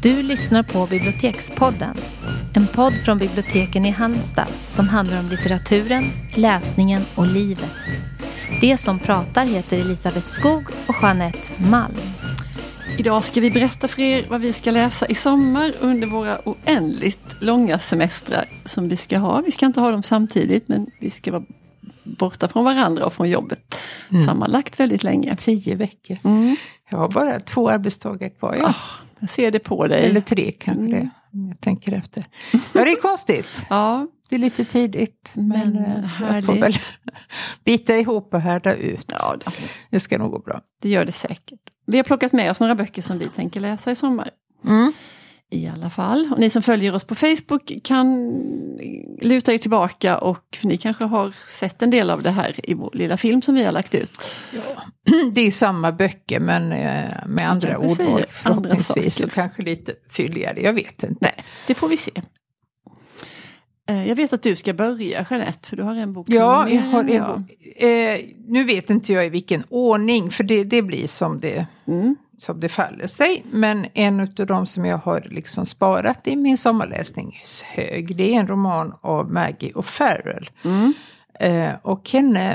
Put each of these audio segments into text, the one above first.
Du lyssnar på Bibliotekspodden, en podd från biblioteken i Halmstad som handlar om litteraturen, läsningen och livet. Det som pratar heter Elisabeth Skog och Jeanette Malm. Idag ska vi berätta för er vad vi ska läsa i sommar under våra oändligt långa semestrar som vi ska ha. Vi ska inte ha dem samtidigt, men vi ska vara borta från varandra och från jobbet. Sammanlagt väldigt länge. 10 veckor. Jag har bara 2 arbetsdagar kvar. Ja. Jag ser det på dig. Eller 3 kanske det, om jag tänker efter. Ja, det är konstigt. Ja. Det är lite tidigt. Men jag får väl bita ihop och härda ut. Ja, det ska nog gå bra. Det gör det säkert. Vi har plockat med oss några böcker som vi tänker läsa i sommar. I alla fall. Och ni som följer oss på Facebook kan luta er tillbaka och ni kanske har sett en del av det här i vår lilla film som vi har lagt ut. Ja, det är samma böcker men med andra ordval förhoppningsvis och kanske lite fylligare. Jag vet inte. Nej, det får vi se. Jag vet att du ska börja, Jeanette, för du har en bok. Ja, jag har en bok. Nu vet inte jag i vilken ordning, för det blir som det faller sig. Men en av de som jag har liksom sparat i min sommarläsningshög, det är en roman av Maggie O'Farrell. Och henne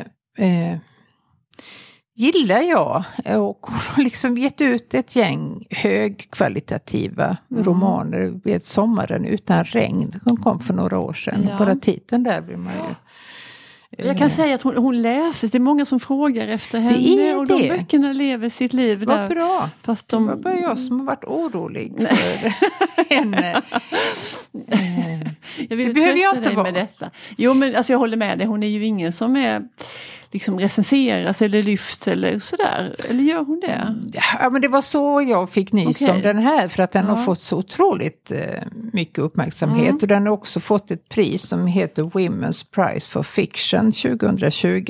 gillar jag. Och hon har liksom gett ut ett gäng högkvalitativa romaner. Vet, Sommaren utan regn. Den kom för några år sedan. Ja. Bara titeln där blir man ju... Jag kan säga att hon läses. Det är många som frågar efter henne. Och de böckerna lever sitt liv där. Vad bra. Fast det var bara jag som har varit orolig för henne. Jag vill trösta dig med detta. Jo, men alltså, jag håller med dig. Hon är ju ingen som är liksom recenseras eller lyft eller sådär. Eller gör hon det? Ja, men det var så jag fick nys om den här. För att den har fått så otroligt mycket uppmärksamhet. Och den har också fått ett pris som heter Women's Prize for Fiction 2020.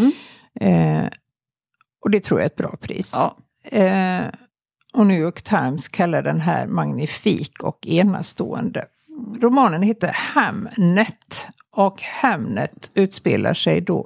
Och det tror jag är ett bra pris. Ja. Och New York Times kallar den här magnifik och enastående. Romanen heter Hamnet. Och Hamnet utspelar sig då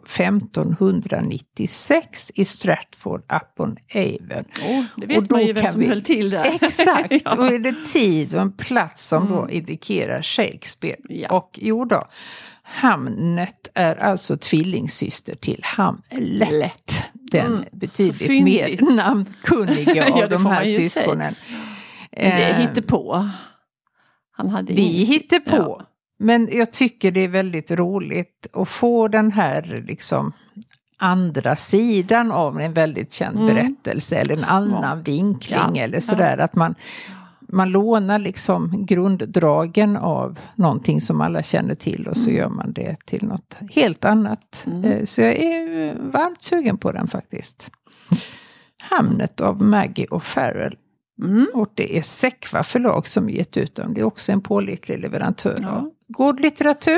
1596 i Stratford-upon-Avon. Det vet man ju vem som höll till där. Exakt, ja. Då är det tid och en plats som då indikerar Shakespeare. Ja. Och jo då, Hamnet är alltså tvillingsyster till Hamlet. Den betydligt mer namnkunniga av de här syskonen. Det är hittepå. Det är hittepå. Ja. Men jag tycker det är väldigt roligt att få den här liksom andra sidan av en väldigt känd berättelse eller en annan vinkling eller sådär. Att man lånar liksom grunddragen av någonting som alla känner till och så gör man det till något helt annat. Så jag är varmt sugen på den faktiskt. Hamnet av Maggie O'Farrell. Och det är Sekva förlag som gett ut dem. Det är också en pålitlig leverantör av god litteratur.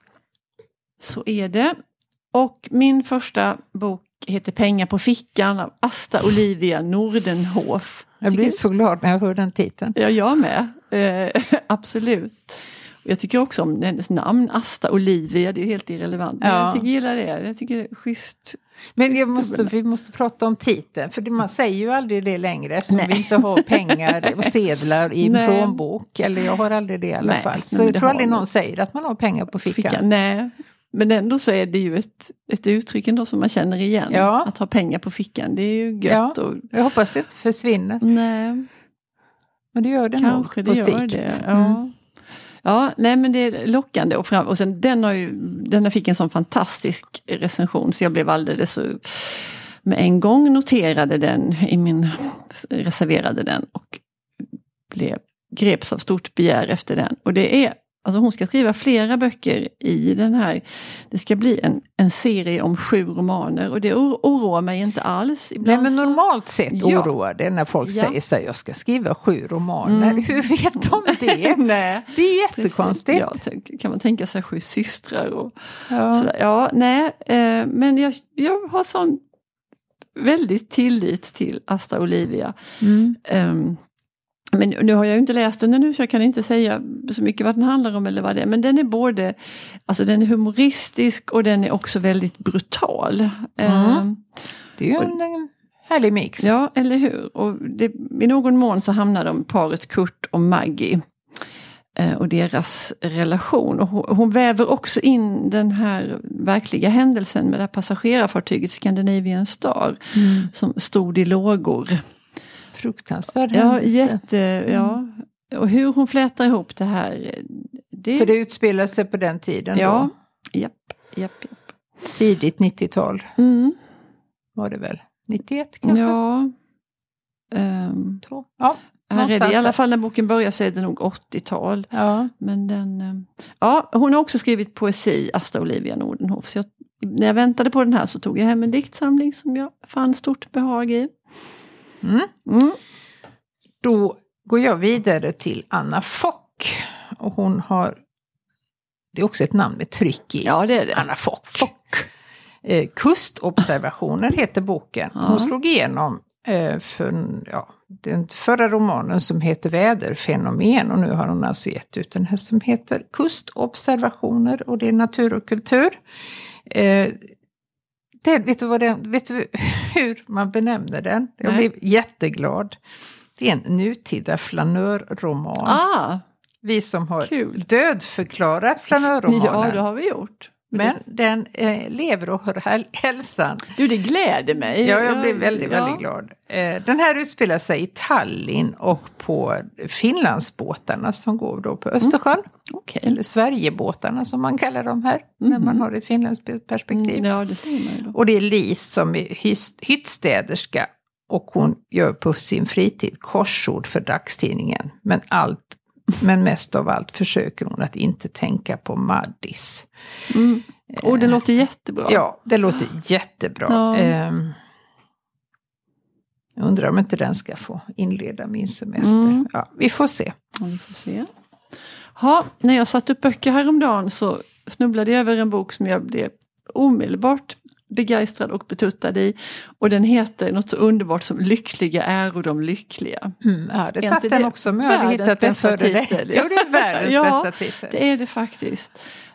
Så är det. Och min första bok heter Pengar på fickan av Asta Olivia Nordenhof. Jag blir så glad när jag hör den titeln. Ja, jag med. Absolut. Jag tycker också om hennes namn, Asta Olivia, det är helt irrelevant. Men jag gillar det, jag tycker det är schysst. Men vi måste prata om titeln, för man säger ju aldrig det längre eftersom vi inte har pengar och sedlar i en plånbok. Eller jag har aldrig det i alla fall. Så jag tror aldrig någon säger att man har pengar på fickan. Nej, men ändå så är det ju ett uttryck ändå som man känner igen. Ja. Att ha pengar på fickan, det är ju gött. Ja, jag hoppas det inte försvinner. Nej. Men det gör det kanske nog på det gör sikt. Det. Ja. Ja, nej men det är lockande och sen den fick en sån fantastisk recension så jag blev alldeles så med en gång noterade den reserverade den och greps av stort begär efter den. Och det är, alltså hon ska skriva flera böcker i den här, det ska bli en serie om 7 romaner och det oroar mig inte alls. Nej, men normalt sett oroar det när folk säger så här, jag ska skriva 7 romaner. Hur vet de det? Nej. Det är jättekonstigt. Ja, kan man tänka sig 7 systrar och sådär. Ja, nej, men jag har sån väldigt tillit till Asta Olivia. Men nu har jag ju inte läst den nu så jag kan inte säga så mycket vad den handlar om eller vad det är. Men den är både, alltså den är humoristisk och den är också väldigt brutal. Det är ju en härlig mix. Ja, eller hur? Och i någon mån så hamnar de paret Kurt och Maggie och deras relation. Och hon väver också in den här verkliga händelsen med det här passagerarfartyget Scandinavian Star som stod i lågor. Fruktansvärd händelse. Ja. Och hur hon flätar ihop det här. För det utspelar sig på den tiden då? Japp. Tidigt 90-tal. Var det väl? 91 kanske? Ja. Ja. Här är det, i alla fall när boken börjar så är det nog 80-tal. Ja. Men hon har också skrivit poesi, Asta Olivia Nordenhof. Så när jag väntade på den här så tog jag hem en diktsamling som jag fann stort behag i. Då går jag vidare till Anna Fock. Och hon har, det är också ett namn med tryck i. Ja, det är det. Anna Fock. Kustobservationer heter boken. Hon slog igenom den förra romanen som heter Väderfenomen, och nu har hon alltså gett ut den här som heter Kustobservationer, och det är natur och kultur. Vet du hur man benämner den? Jag blev jätteglad. Det är en nutida flanörroman. Vi som har dödförklarat flanörromaner. Ja, det har vi gjort. Men den lever och hör hälsan. Du, det gläder mig. Ja, jag blev väldigt glad. Den här utspelar sig i Tallinn och på Finlandsbåtarna som går då på Östersjön. Eller Sverigebåtarna som man kallar dem här. När man har ett finländskt perspektiv. Ja, det ser man ju då. Och det är Lis som är hyttstäderska. Och hon gör på sin fritid korsord för dagstidningen. Men mest av allt försöker hon att inte tänka på Maddis. Och det låter jättebra. Ja, det låter jättebra. Ja. Jag undrar om inte den ska få inleda min semester. Ja, vi får se. Ja, vi får se. När jag satt upp böcker häromdagen så snubblade jag över en bok som jag blev omedelbart begeistrad och betuttad i. Och den heter något så underbart som Lyckliga är och de lyckliga. Ja, det tatt den också, men jag hade hittat den före dig. Jo, det är världens bästa titel. Det är det faktiskt.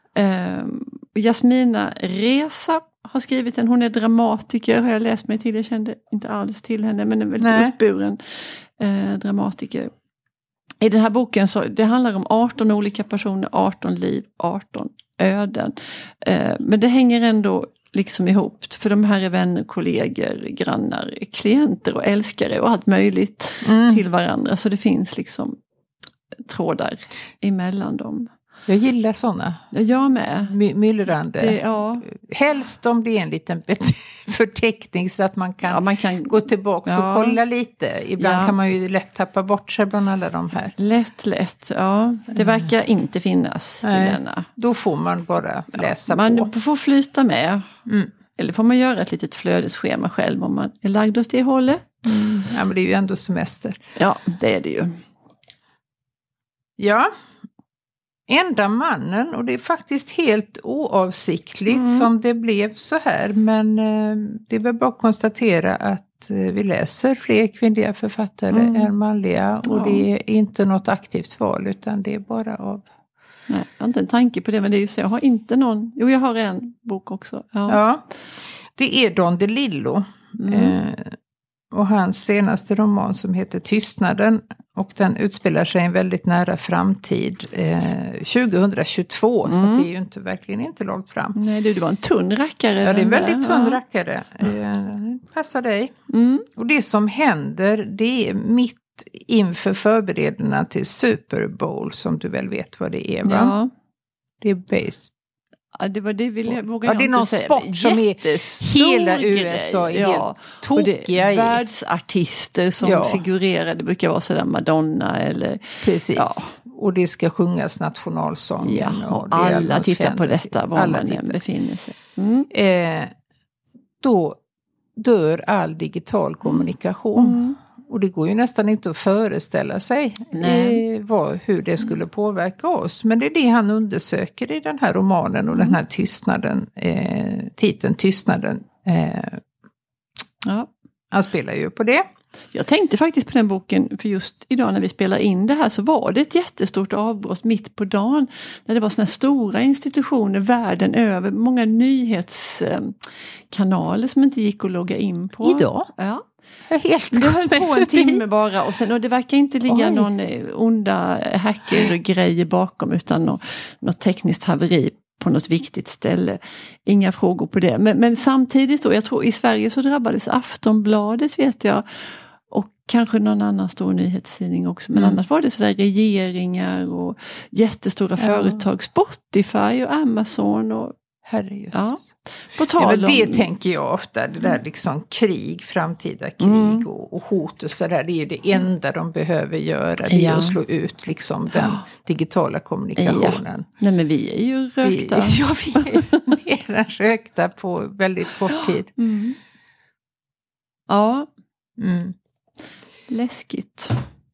Jasmina Reza har skrivit den. Hon är dramatiker, har jag läst mig till. Jag kände inte alls till henne, men en väldigt uppburen dramatiker. I den här boken så det handlar om 18 olika personer, 18 liv, 18 öden. Men det hänger ändå liksom ihop, för de här är vänner, kollegor, grannar, klienter och älskare och allt möjligt till varandra. Så det finns liksom trådar emellan dem. Jag gillar sådana. Jag med. Myllrande. Helst om det är en liten förteckning så att man kan gå tillbaka och kolla lite. Ibland kan man ju lätt tappa bort sig bland alla de här. Lätt. Ja, det verkar inte finnas i denna. Då får man bara läsa på. Man får flyta med. Eller får man göra ett litet flödesschema själv om man är lagd åt det hållet. Ja, men det är ju ändå semester. Ja, det är det ju. Ja. Enda mannen, och det är faktiskt helt oavsiktligt som det blev så här, men det är väl bara att konstatera att vi läser fler kvinnliga författare än manliga, och det är inte något aktivt val utan det är bara av... Nej, jag har inte en tanke på det, men det är ju så, jag har inte någon, jag har en bok också. Ja, det är Don DeLillo. Och hans senaste roman som heter Tystnaden, och den utspelar sig i en väldigt nära framtid, 2022, så det är ju verkligen inte långt fram. Nej, det var en tunn rackare. Ja, det är en väldigt tunn rackare. Passar dig. Och det som händer, det är mitt inför förberedelserna till Super Bowl, som du väl vet vad det är, va? Ja. Det är baseball. Ja, det var det vill jag våga det är någon sport som är hela USA är helt tokiga i. Världsartister som figurerar, det brukar vara sådär Madonna eller... Precis, och det ska sjungas nationalsången. Ja, och alla tittar på detta, var man än befinner sig. Då dör all digital kommunikation. Och det går ju nästan inte att föreställa sig hur det skulle påverka oss. Men det är det han undersöker i den här romanen och den här tystnaden. Titeln Tystnaden. Han spelar ju på det. Jag tänkte faktiskt på den boken, för just idag när vi spelar in det här så var det ett jättestort avbrott mitt på dagen. När det var såna stora institutioner världen över, många nyhetskanaler som inte gick att logga in på. Idag? Ja. Det höll på en timme bara och det verkar inte ligga någon onda hackergrejer bakom utan något tekniskt haveri på något viktigt ställe. Inga frågor på det. Men samtidigt då, jag tror i Sverige så drabbades Aftonbladet vet jag och kanske någon annan stor nyhetstidning också. Men annars var det sådär regeringar och jättestora företag, Spotify och Amazon och herrejösses. Ja, på tal om... Det tänker jag ofta, det där liksom krig, framtida krig och hot och sådär, det är ju det enda de behöver göra, det är att slå ut liksom den digitala kommunikationen. Ja. Nej men vi är ju rökta. Vi är mer än rökta på väldigt kort tid. Ja. Mm. Läskigt.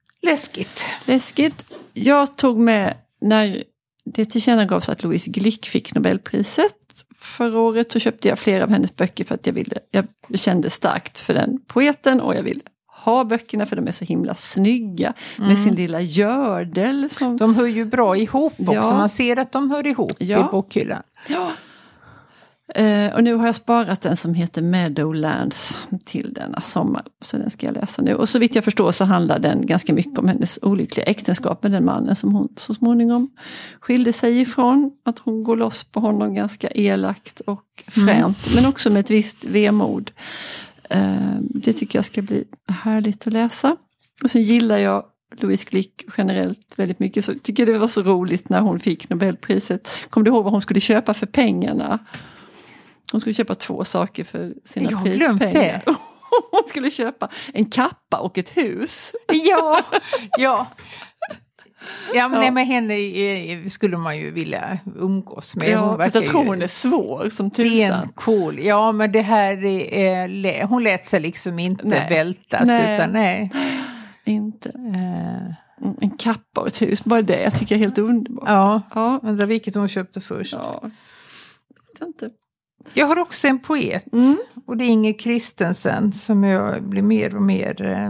Jag tog med när det tillkännagavs att Louise Glück fick Nobelpriset förra året, så köpte jag flera av hennes böcker för att jag kände starkt för den poeten och jag ville ha böckerna för de är så himla snygga med sin lilla gördel. De hör ju bra ihop också, man ser att de hör ihop i bokhyllan. Ja. Och nu har jag sparat den som heter Meadowlands till denna sommar. Så den ska jag läsa nu. Och så vitt jag förstår så handlar den ganska mycket om hennes olyckliga äktenskap med den mannen som hon så småningom skilde sig ifrån. Att hon går loss på honom ganska elakt och fränt. Men också med ett visst vemod. Det tycker jag ska bli härligt att läsa. Och sen gillar jag Louise Glück generellt väldigt mycket. Så tycker det var så roligt när hon fick Nobelpriset. Kommer du ihåg vad hon skulle köpa för pengarna? Hon skulle köpa 2 saker för sina prispengar. Hon skulle köpa en kappa och ett hus. Ja, men med henne skulle man ju vilja umgås med. Ja, för jag tror hon är svår som tusan. Cool. Ja, men det här hon lät sig liksom inte vältas. Utan inte. En kappa och ett hus, bara det. Jag tycker jag är helt underbart. Ja. Undrar vilket hon köpte först. Ja, vet inte. Jag har också en poet och det är Inger Christensen som jag blir mer och mer...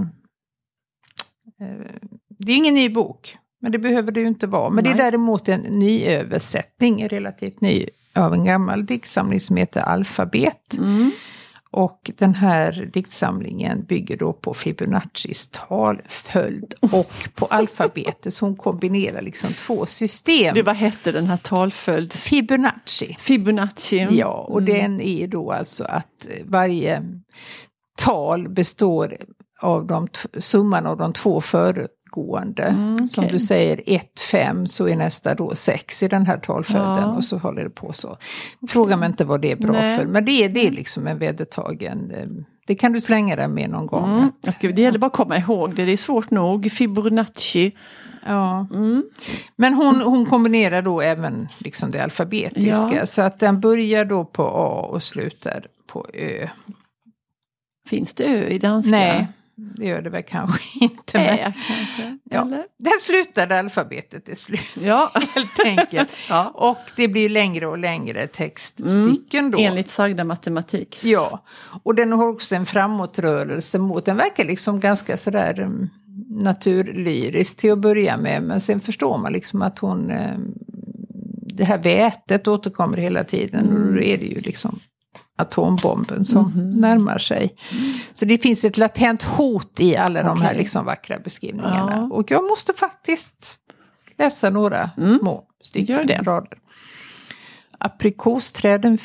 det är ingen ny bok, men det behöver det ju inte vara. Men det är däremot en ny översättning, relativt ny, av en gammal diktsamling som heter Alfabet. Och den här diktsamlingen bygger då på Fibonaccis talföljd och på alfabetet. Så hon kombinerar liksom 2 system. Vad hette den här talföljd? Fibonacci. Ja, och den är då alltså att varje tal består av summan av de 2 föregående. Som du säger 1, 5 så är nästa då 6 i den här talföljden och så håller det på så. Fråga mig inte vad det är bra för, men det är liksom en vedertagen, det kan du slänga dig med någon gång. Det gäller bara att komma ihåg det är svårt nog, Fibonacci. Ja, men hon kombinerar då även liksom det alfabetiska så att den börjar då på A och slutar på Ö. Finns det Ö i danska? Nej. Det gör det väl kanske inte. Men... kanske. Eller? Där slutade alfabetet till slut. Ja, helt enkelt. Och det blir längre och längre textstycken då. Enligt sagda matematik. Ja, och den har också en framåtrörelse mot. Den verkar liksom ganska sådär naturlyrisk till att börja med. Men sen förstår man liksom att hon... det här vätet återkommer hela tiden. Och då är det ju liksom... atombomben som närmar sig. Så det finns ett latent hot i alla de här liksom vackra beskrivningarna. Och jag måste faktiskt läsa några små stycken rader. Aprikosträden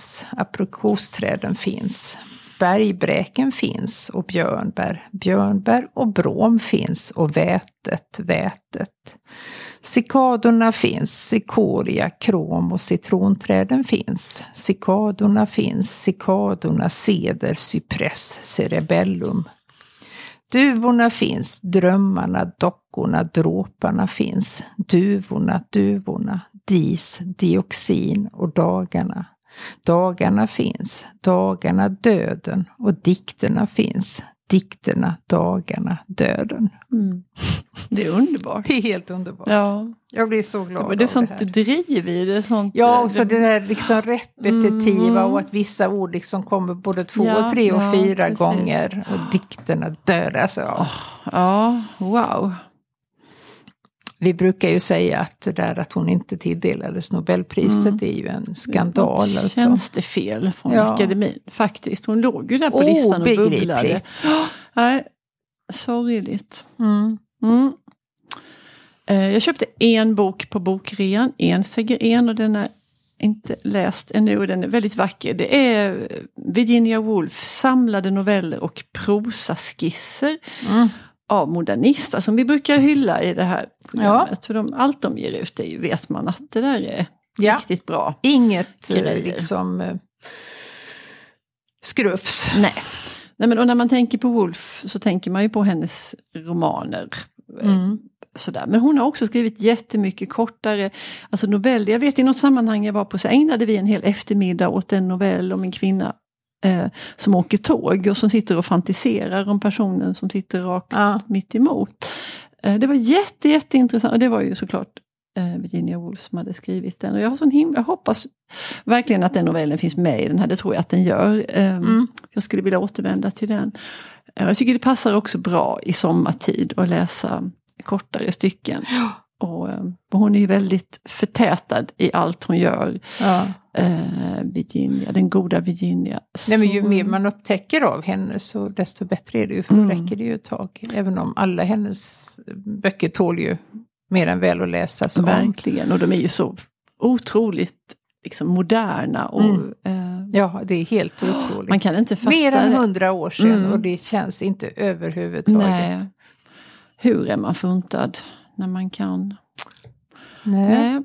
finns. Bergbräken finns och björnbär och brom finns och vätet. Cikadorna finns, cikoria, krom och citronträden finns. Cikadorna, ceder, cypress, cerebellum. Duvorna finns, drömmarna, dockorna, dråparna finns. Duvorna, dis, dioxin och dagarna. Dagarna finns, dagarna döden och dikterna finns. Dikterna, dagarna, döden. Det är underbart. Det är helt underbart. Ja. Jag blir så glad av det är sånt det driv i det. Sånt, ja, och så det där liksom repetitiva och att vissa ord liksom kommer både 2, 3 och 4 gånger. Och dikterna dödas. Ja, wow. Vi brukar ju säga att det där att hon inte tilldelades Nobelpriset är ju en skandal. Känns det fel från akademin faktiskt? Hon låg ju där på listan och bubblade. Nej, sorgligt. Jag köpte en bok på bokrean, en säger en, och den är inte läst ännu och den är väldigt vacker. Det är Virginia Woolf samlade noveller och prosaskisser av modernister som vi brukar hylla i det här programmet. För allt de ger ut vet man att det där är riktigt bra. Inget liksom skrufs. Nej, men och när man tänker på Woolf så tänker man ju på hennes romaner. Sådär. Men hon har också skrivit jättemycket kortare, alltså noveller. Jag vet i något sammanhang jag var på, så ägnade vi en hel eftermiddag åt en novell om en kvinna som åker tåg och som sitter och fantiserar om personen som sitter rakt mitt emot. Det var jätteintressant, och det var ju såklart Virginia Woolf som hade skrivit den. Och jag hoppas verkligen att den novellen finns med i den här, det tror jag att den gör. Jag skulle vilja återvända till den. Jag tycker det passar också bra i sommartid att läsa kortare stycken. Och hon är ju väldigt förtätad i allt hon gör. Virginia, den goda Virginia. Nej, men ju mer man upptäcker av henne så desto bättre är det ju, för då räcker det ju ett tag. Även om alla hennes böcker tål ju mer än väl att läsa. Så verkligen, och de är ju så otroligt liksom moderna. Och, ja, det är helt otroligt. Man kan inte fatta mer än 100 år sedan och det känns inte överhuvudtaget. Nej. Hur är man funtad när man kan? Nej.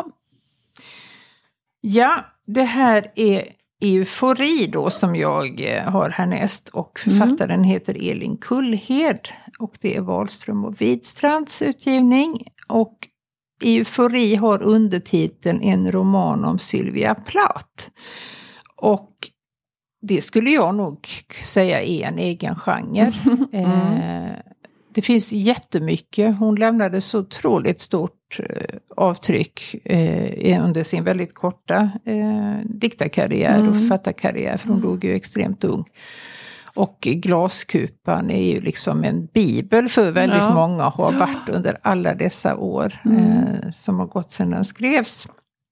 Ja, det här är Eufori då som jag har härnäst, och författaren heter Elin Kullhed och det är Wahlström och Widstrands utgivning, och Eufori har undertiteln En roman om Sylvia Plath, och det skulle jag nog säga är en egen genre. Det finns jättemycket. Hon lämnade så otroligt stort avtryck under sin väldigt korta diktarkarriär och författarkarriär. För hon dog ju extremt ung. Och Glaskupan är ju liksom en bibel för väldigt många, har varit under alla dessa år som har gått sedan den skrevs.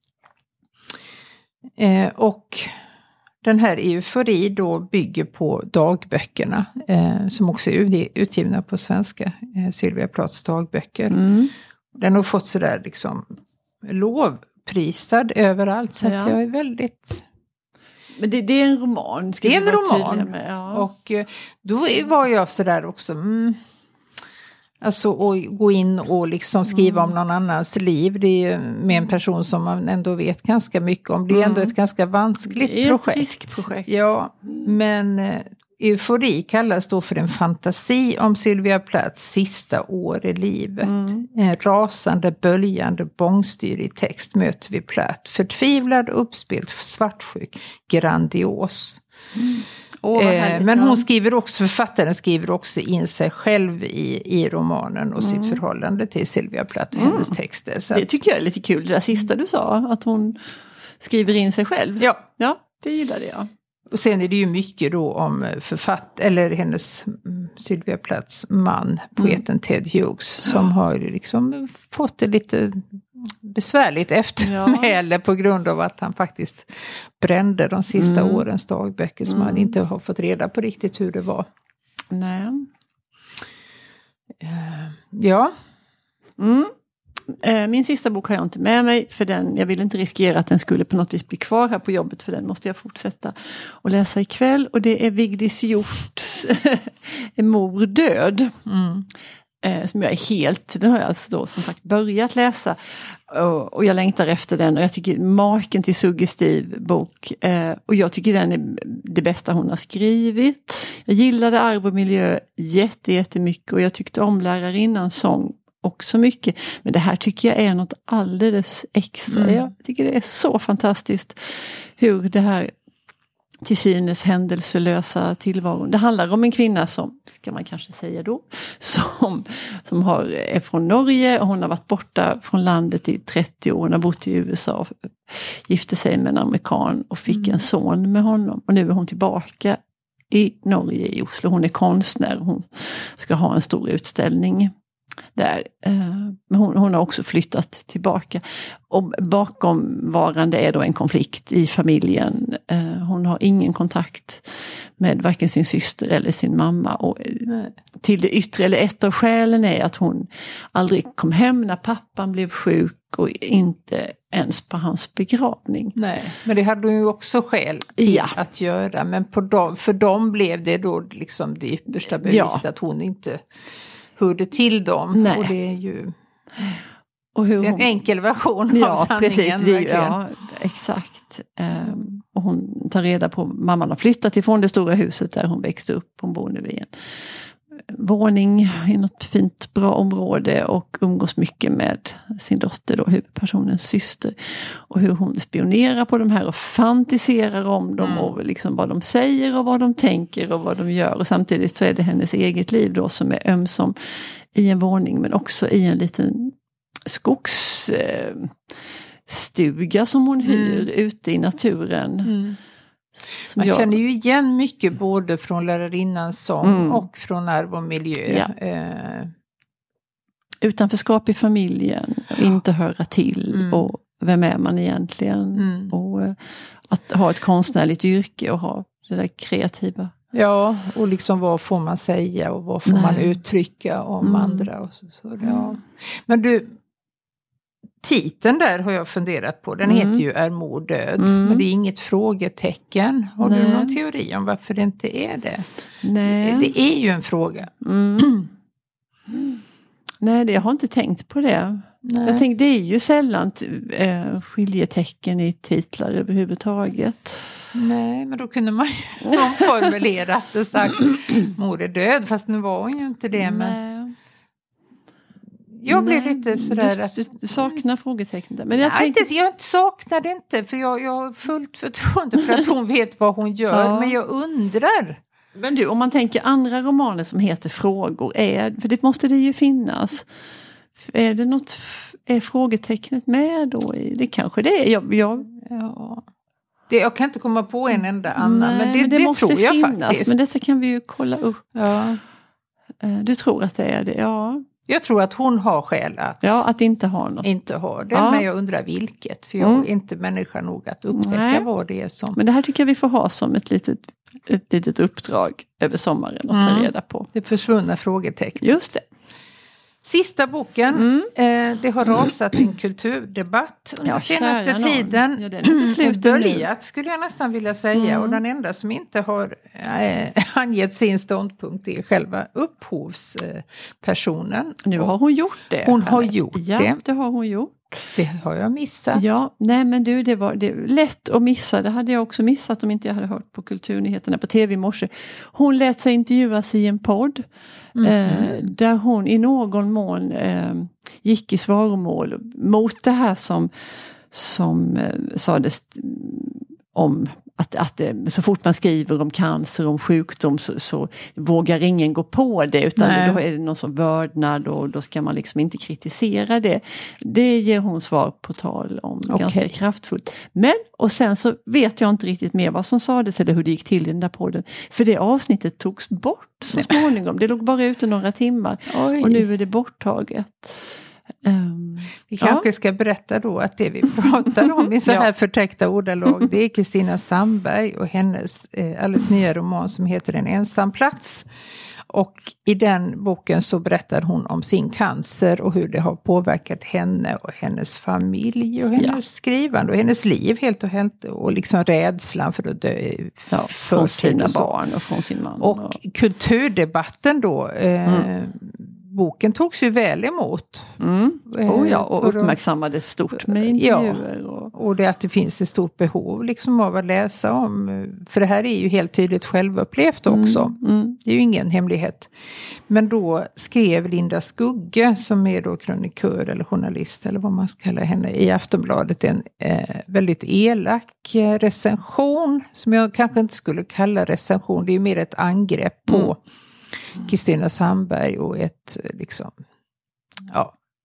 Och den här Eufori då bygger på dagböckerna som också är utgivna på svenska. Sylvia Plaths dagböcker. Den har fått sådär liksom lovprisad överallt, så att jag är väldigt... Men det är en roman. Det är en roman. Med, och då var jag sådär också... Alltså att gå in och liksom skriva om någon annans liv. Det är ju med en person som man ändå vet ganska mycket om. Det är ändå ett ganska vanskligt projekt. Ett riskprojekt. Ja, men Eufori kallas då för en fantasi om Sylvia Plaths sista år i livet. En rasande, böljande, bångstyrig text möter vi Plath. Förtvivlad, uppspelt, svartsjuk, grandios. Men hon skriver också, författaren skriver också in sig själv i romanen och sitt förhållande till Sylvia Plath och hennes texter. Så det tycker jag är lite kul, det där sista du sa, att hon skriver in sig själv. Ja, det gillade jag. Och sen är det ju mycket då om eller hennes Sylvia Plaths man, poeten Ted Hughes, som har liksom fått det lite besvärligt eftermäle på grund av att han faktiskt brände de sista årens dagböcker som han inte har fått reda på riktigt hur det var. Nej. Ja. Min sista bok har jag inte med mig, för jag vill inte riskera att den skulle på något vis bli kvar här på jobbet, för den måste jag fortsätta att läsa ikväll, och det är Vigdis Hjorts Mor död. Som jag är den har jag alltså då som sagt börjat läsa, och jag längtar efter den, och jag tycker maken till suggestiv bok, och jag tycker den är det bästa hon har skrivit. Jag gillade Arv och miljö jättemycket, och jag tyckte om Lärarinnans sång också mycket, men det här tycker jag är något alldeles extra. Jag tycker det är så fantastiskt hur det här till synes händelselösa tillvaron. Det handlar om en kvinna som, ska man kanske säga då, som är från Norge, och hon har varit borta från landet i 30 år. Hon har bott i USA och gifte sig med en amerikan och fick en son med honom. Och nu är hon tillbaka i Norge, i Oslo. Hon är konstnär. Hon ska ha en stor utställning där. Men hon har också flyttat tillbaka. Och bakomvarande är då en konflikt i familjen. Hon har ingen kontakt med varken sin syster eller sin mamma. Och till det yttre, eller ett av skälen är att hon aldrig kom hem när pappan blev sjuk och inte ens på hans begravning. Nej, men det hade hon ju också skäl till att göra. Men för dem blev det då liksom det yppersta beviset att hon inte hörde till dem. Nej. Och det är ju och hur en enkel version av sanningen. Precis, ja, exakt. Och hon tar reda på, mamman har flyttat ifrån det stora huset där hon växte upp. Hon bor nu i en våning i något fint bra område och umgås mycket med sin dotter då, huvudpersonens syster. Och hur hon spionerar på de här och fantiserar om dem och liksom vad de säger och vad de tänker och vad de gör. Och samtidigt så är det hennes eget liv då som är ömsom i en våning men också i en liten skogsstuga som hon hyr ute i naturen. Man känner ju igen mycket både från lärarinnans sång och från arv och miljö. Ja. Utanförskap i familjen, inte höra till och vem är man egentligen? Och att ha ett konstnärligt yrke och ha det där kreativa. Ja, och liksom vad får man säga och vad får man uttrycka om andra. Och så. Ja. Men du, titeln där har jag funderat på. Den heter ju Är mor död? Men det är inget frågetecken. Har du någon teori om varför det inte är det? Nej. Det är ju en fråga. Nej, jag har inte tänkt på det. Nej. Jag tänkte, det är ju sällan skiljetecken i titlar överhuvudtaget. Nej, men då kunde man ju omformulera det sagt mor är död. Fast nu var hon ju inte det. Men jag blev lite sådär du saknar frågetecken där. Men jag saknar det inte. För jag har fullt förtroende för att hon vet vad hon gör. Ja. Men jag undrar. Men du, om man tänker andra romaner som heter frågor. För det måste det ju finnas. Är det något, är frågetecknet med då? Det kanske det är. Jag kan inte komma på en enda annan. Nej, men det måste tror jag finnas, faktiskt. Men detta kan vi ju kolla upp. Ja. Du tror att det är det? Ja. Jag tror att hon har skäl att inte ha något. Inte ha det, men jag undrar vilket. För jag är inte människa nog att upptäcka vad det är som. Men det här tycker jag vi får ha som ett litet uppdrag över sommaren och ta reda på. Det försvunna frågetecken. Just det. Sista boken, det har rasat en kulturdebatt under senaste tiden. Ja, den är börjat skulle jag nästan vilja säga. Och den enda som inte har angett sin ståndpunkt är själva upphovspersonen. Nu har hon gjort det. Hon har gjort det. Ja, det har hon gjort. Det har jag missat. Ja, nej men du, det var lätt att missa. Det hade jag också missat om inte jag hade hört på kulturnyheterna på tv i morse. Hon lät sig intervjuas i en podd. Där hon i någon mån gick i svaromål mot det här som sades om att så fort man skriver om cancer, om sjukdom så vågar ingen gå på det, utan då är det någon som vördnad och då ska man liksom inte kritisera det. Det ger hon svar på tal om ganska kraftfullt. Men, och sen så vet jag inte riktigt mer vad som sades eller hur det gick till i den där podden. För det avsnittet togs bort så småningom. Det låg bara ute några timmar. Och nu är det borttaget. Vi kanske ska berätta då att det vi pratar om i så här förtäckta ordalag, det är Kristina Sandberg och hennes alldeles nya roman som heter En ensam plats. Och i den boken så berättar hon om sin cancer och hur det har påverkat henne och hennes familj och hennes skrivande och hennes liv helt och helt, och liksom rädslan för att dö från sina barn och från sin man. Och kulturdebatten då boken togs ju väl emot. Och uppmärksammades stort med intervjuer. Och det att det finns ett stort behov liksom av att läsa om. För det här är ju helt tydligt självupplevt också. Det är ju ingen hemlighet. Men då skrev Linda Skugge, som är då krönikör eller journalist eller vad man ska kalla henne, i Aftonbladet en väldigt elak recension. Som jag kanske inte skulle kalla recension. Det är ju mer ett angrepp på Kristina Sandberg och ett liksom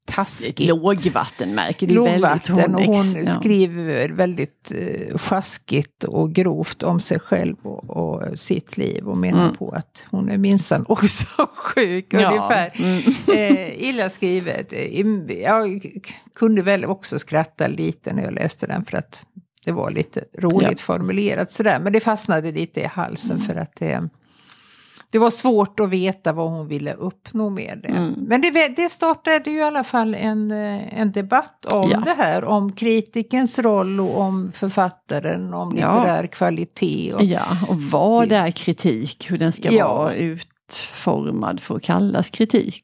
taskigt. Ett lågvattenmärke. Det är lågvatten, väldigt och hon skriver väldigt sjaskigt och grovt om sig själv och sitt liv. Och menar på att hon är minsann också sjuk. Ungefär. Illa skrivet. Jag kunde väl också skratta lite när jag läste den, för att det var lite roligt formulerat sådär. Men det fastnade lite i halsen för att det var svårt att veta vad hon ville uppnå med det. Men det startade ju i alla fall en debatt om det här. Om kritikens roll och om författaren, om litterär kvalitet. Och vad är kritik? Hur den ska vara utformad för att kallas kritik.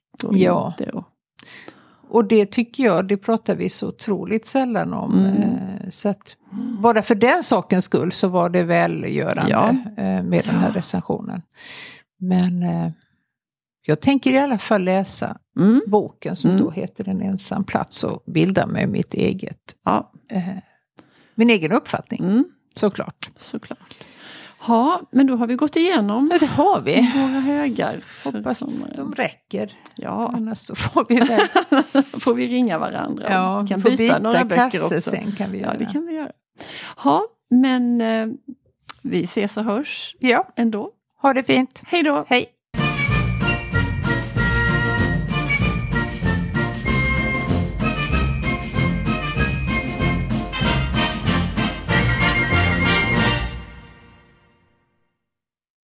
Och det tycker jag, det pratar vi så otroligt sällan om. Så att bara för den sakens skull så var det välgörande med den här recensionen. Men jag tänker i alla fall läsa boken som då heter En ensam plats och bilda med mitt eget, min egen uppfattning. Såklart. Ja, men då har vi gått igenom. Ja, det har vi. Våra högar. Hoppas de räcker. Ja. Annars så får vi väl... får vi ringa varandra. Ja, vi kan byta några böcker också. Sen kan vi göra. Ja, det kan vi göra. Ja, men vi ses och hörs ändå. Ha det fint. Hej då. Hej.